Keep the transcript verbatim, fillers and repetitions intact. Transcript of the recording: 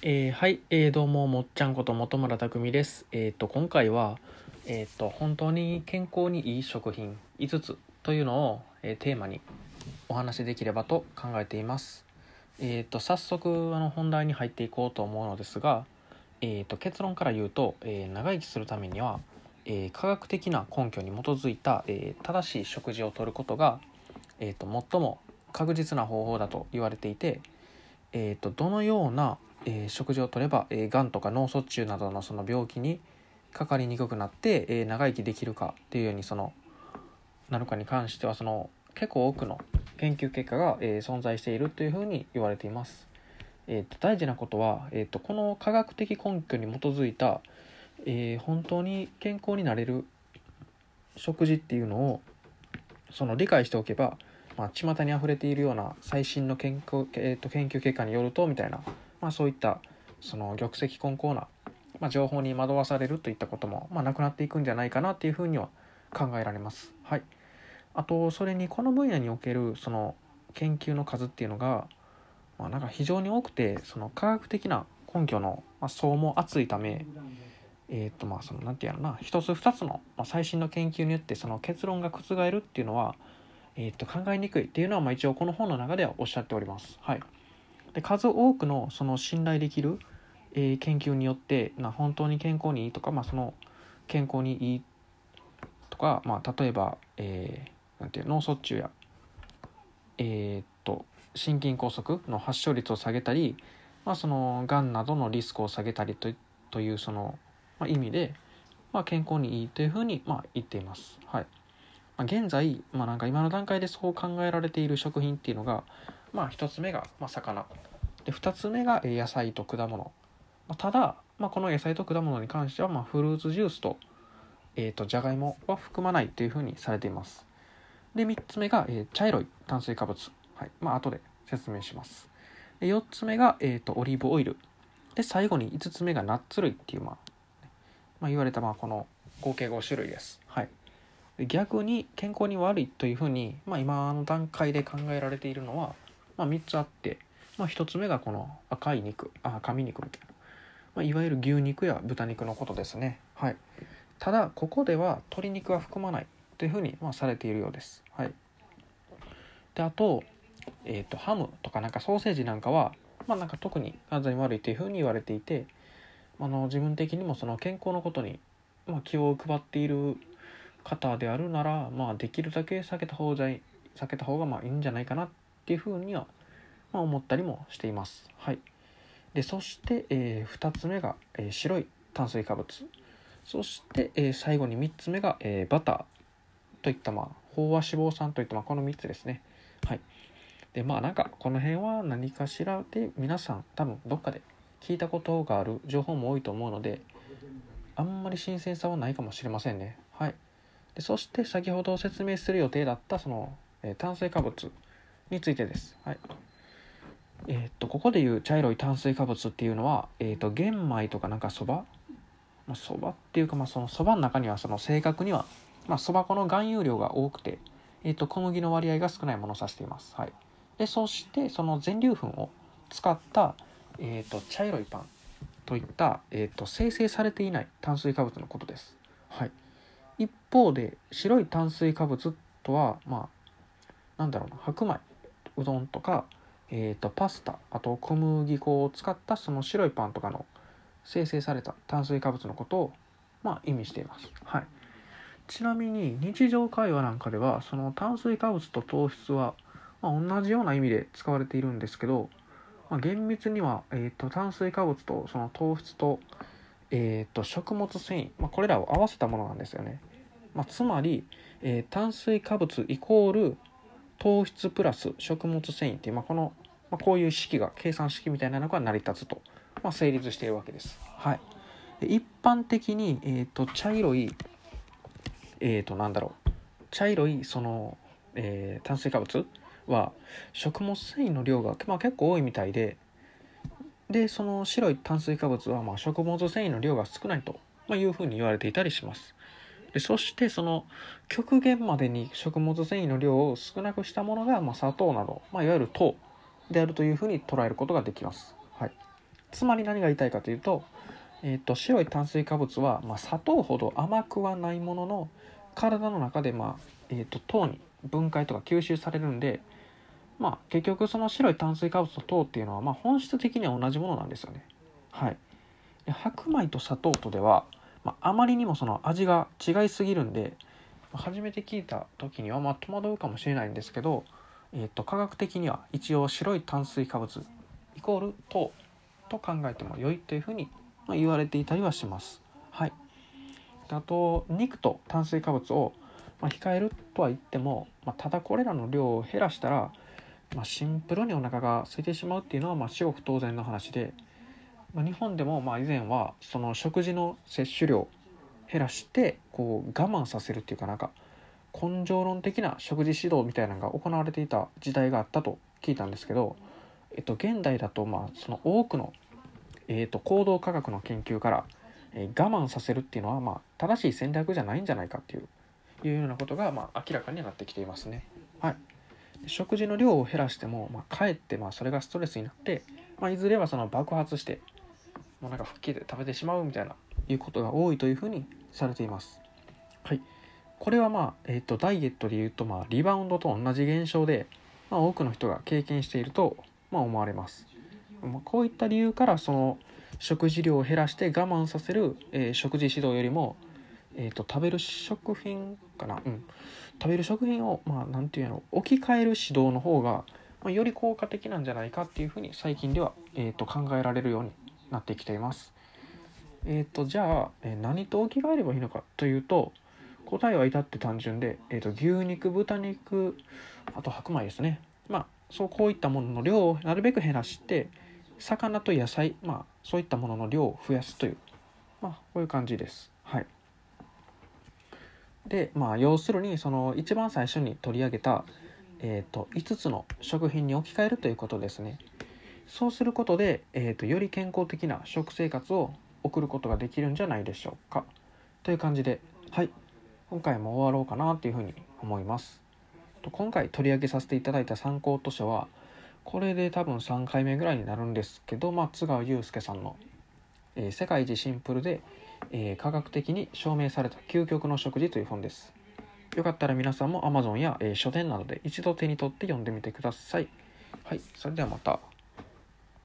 えーはい、えーどうももっちゃんこと本村匠です。えっ、と今回はえっ、と本当に健康にいい食品いつつというのを、えーテーマにお話しできればと考えています。えっ、と早速あの本題に入っていこうと思うのですが、えっ、と結論から言うと、えー長生きするためには、えー科学的な根拠に基づいた、えー正しい食事をとることが、えー、と最も確実な方法だと言われていて、えー、とどのような、えー食事をとれば、えー、がんとか脳卒中などのその病気にかかりにくくなって、えー長生きできるかっていうようにそのなるかに関してはその結構多くの研究結果が、えー存在しているというふうに言われています。えー、と大事なことは、えー、とこの科学的根拠に基づいた、えー本当に健康になれる食事っていうのをその理解しておけば、まあ、巷にあふれているような最新の健康、えーと研究結果によるとみたいな、まあ、そういったその玉石混交な、まあ、情報に惑わされるといったことも、まあ、なくなっていくんじゃないかなっていうふうには考えられます。はい。あとそれにこの分野におけるその研究の数っていうのが、まあ、なんか非常に多くて、その科学的な根拠の層も厚いため、えーとまあそのなんていうのな一つ二つの最新の研究によってその結論が覆るっていうのは、えー、と考えにくいっていうのは、まあ一応この本の中ではおっしゃっております。はい。で数多くのその信頼できる、えー研究によってな本当に健康にいいとか、まあ、その健康にいいとか、まあ、例えば、えーなんていう脳卒中や、えー、と心筋梗塞の発症率を下げたり、まあ、そのがんなどのリスクを下げたりとというその、まあ、意味で、まあ、健康にいいというふうに、まあ、言っています。はい。まあ、現在、まあ、なんか今の段階でそう考えられている食品っていうのが、まあ、ひとつめが、まあ、魚でふたつめが野菜と果物、まあ、ただ、まあ、この野菜と果物に関しては、まあ、フルーツジュースと、えー、とじゃがいもは含まないというふうにされています。でみっつめが、えー茶色い炭水化物、はい、まあ後で説明します。でよっつめが、えー、とオリーブオイルで最後にいつつめがナッツ類っていう、まあまあ、言われたまあこの合計ごしゅるいです。はい。逆に健康に悪いというふうに、まあ、今の段階で考えられているのは、まあ、みっつあって、まあ、ひとつめがこの赤い肉あ赤身肉みたいな、まあ、いわゆる牛肉や豚肉のことですね。はい。ただここでは鶏肉は含まないというふうに、まあ、されているようです。はい。であと,、えー、とハムとかなんかソーセージなんかは、まあ、なんか特に体に悪いというふうに言われていて、あの自分的にもその健康のことに、まあ、気を配っている方であるなら、まあ、できるだけ避けた方がいい避けた方がまあいいんじゃないかなっていうふうには、まあ、思ったりもしています。はい。でそして、えー、ふたつめが、えー白い炭水化物、そして、えー最後にみっつめが、えーバターといった、まあ、飽和脂肪酸といった、まあ、このみっつですね。はい。でまあなんかこの辺は何かしらで皆さん多分どっかで聞いたことがある情報も多いと思うので、あんまり新鮮さはないかもしれませんね。はい。でそして先ほど説明する予定だったその、えー炭水化物についてです。はい。えーっとここでいう茶色い炭水化物っていうのは、えーっと玄米とかなんかそば、まあ、そばっていうか、まあそのそばの中にはその正確にはまあそば粉の含有量が多くて、えーっと小麦の割合が少ないものを指しています。はい。でそしてその全粒粉を使った、えーっと茶色いパンといった、えーっと生成されていない炭水化物のことです。はい。一方で白い炭水化物とは、まあなんだろうな、白米、うどんとか、えー、とパスタ、あと小麦粉を使ったその白いパンとかの生成された炭水化物のことを、まあ、意味しています。はい。ちなみに日常会話なんかではその炭水化物と糖質は、まあ、同じような意味で使われているんですけど、まあ、厳密には、えー、と炭水化物とその糖質と,、えー、と食物繊維、まあ、これらを合わせたものなんですよね。まあ、つまり、えー炭水化物イコール糖質プラス食物繊維っていう、まあ、この、まあ、こういう式が計算式みたいなのが成り立つと、まあ、成立しているわけです。はい。で一般的に、えー、と茶色い、えー、となんだろう茶色いその、えー炭水化物は食物繊維の量が、まあ、結構多いみたいで、でその白い炭水化物は、まあ、食物繊維の量が少ないと、まあ、いうふうに言われていたりします。でそしてその極限までに食物繊維の量を少なくしたものが、まあ、砂糖など、まあ、いわゆる糖であるというふうに捉えることができます。はい。 つまり何が言いたいかというと、えー、と白い炭水化物は、まあ、砂糖ほど甘くはないものの体の中で、まあえー、と糖に分解とか吸収されるんで、まあ、結局その白い炭水化物と糖っていうのは、まあ、本質的には同じものなんですよね。はい、で白米と砂糖とでは、まあ、あまりにもその味が違いすぎるんで、初めて聞いた時にはまあ戸惑うかもしれないんですけど、えー、と科学的には一応白い炭水化物イコール糖と考えても良いというふうに言われていたりはします。はい、あと肉と炭水化物を控えるとは言っても、まあ、ただこれらの量を減らしたら、まあ、シンプルにお腹が空いてしまうっていうのはまあ至極当然の話で、まあ、日本でもまあ以前はその食事の摂取量を減らしてこう我慢させるっていうかなんか根性論的な食事指導みたいなのが行われていた時代があったと聞いたんですけど、えっと、現代だとまあその多くの、えっと、行動科学の研究から、えー、我慢させるっていうのはまあ正しい戦略じゃないんじゃないかっていういうようなことがまあ明らかになってきていますね。はい、食事の量を減らしても、まあ、かえってまあそれがストレスになって、まあ、いずれはその爆発してもうなんか吹っ切れて食べてしまうみたいないうことが多いというふうにされています。はい、これはまあ、えー、とダイエットでいうとまあリバウンドと同じ現象で、まあ、多くの人が経験しているとまあ思われます。まあ、こういった理由からその食事量を減らして我慢させる、えー、食事指導よりも、えー、と食べる食品かな、うん、食べる食品をまあなんていうの置き換える指導の方が、まあ、より効果的なんじゃないかっていうふうに最近では、えー、と考えられるようになってきています。えー、とじゃあ、えー、何と置き換えればいいのかというと、答えは至って単純で、えー、と牛肉、豚肉、あと白米ですね。まあそうこういったものの量をなるべく減らして、魚と野菜、まあそういったものの量を増やすという、まあこういう感じです。はい。で、まあ要するにその一番最初に取り上げた、えー、といつつの食品に置き換えるということですね。そうすることで、えー、とより健康的な食生活を送ることができるんじゃないでしょうか。という感じで、はい、今回も終わろうかなというふうに思います。今回取り上げさせていただいた参考図書はこれで多分さんかいめぐらいになるんですけど、まあ、津川祐介さんの、えー、世界一シンプルで、えー、科学的に証明された究極の食事という本です。よかったら皆さんも Amazon や、えー、書店などで一度手に取って読んでみてください。はい、それではまた。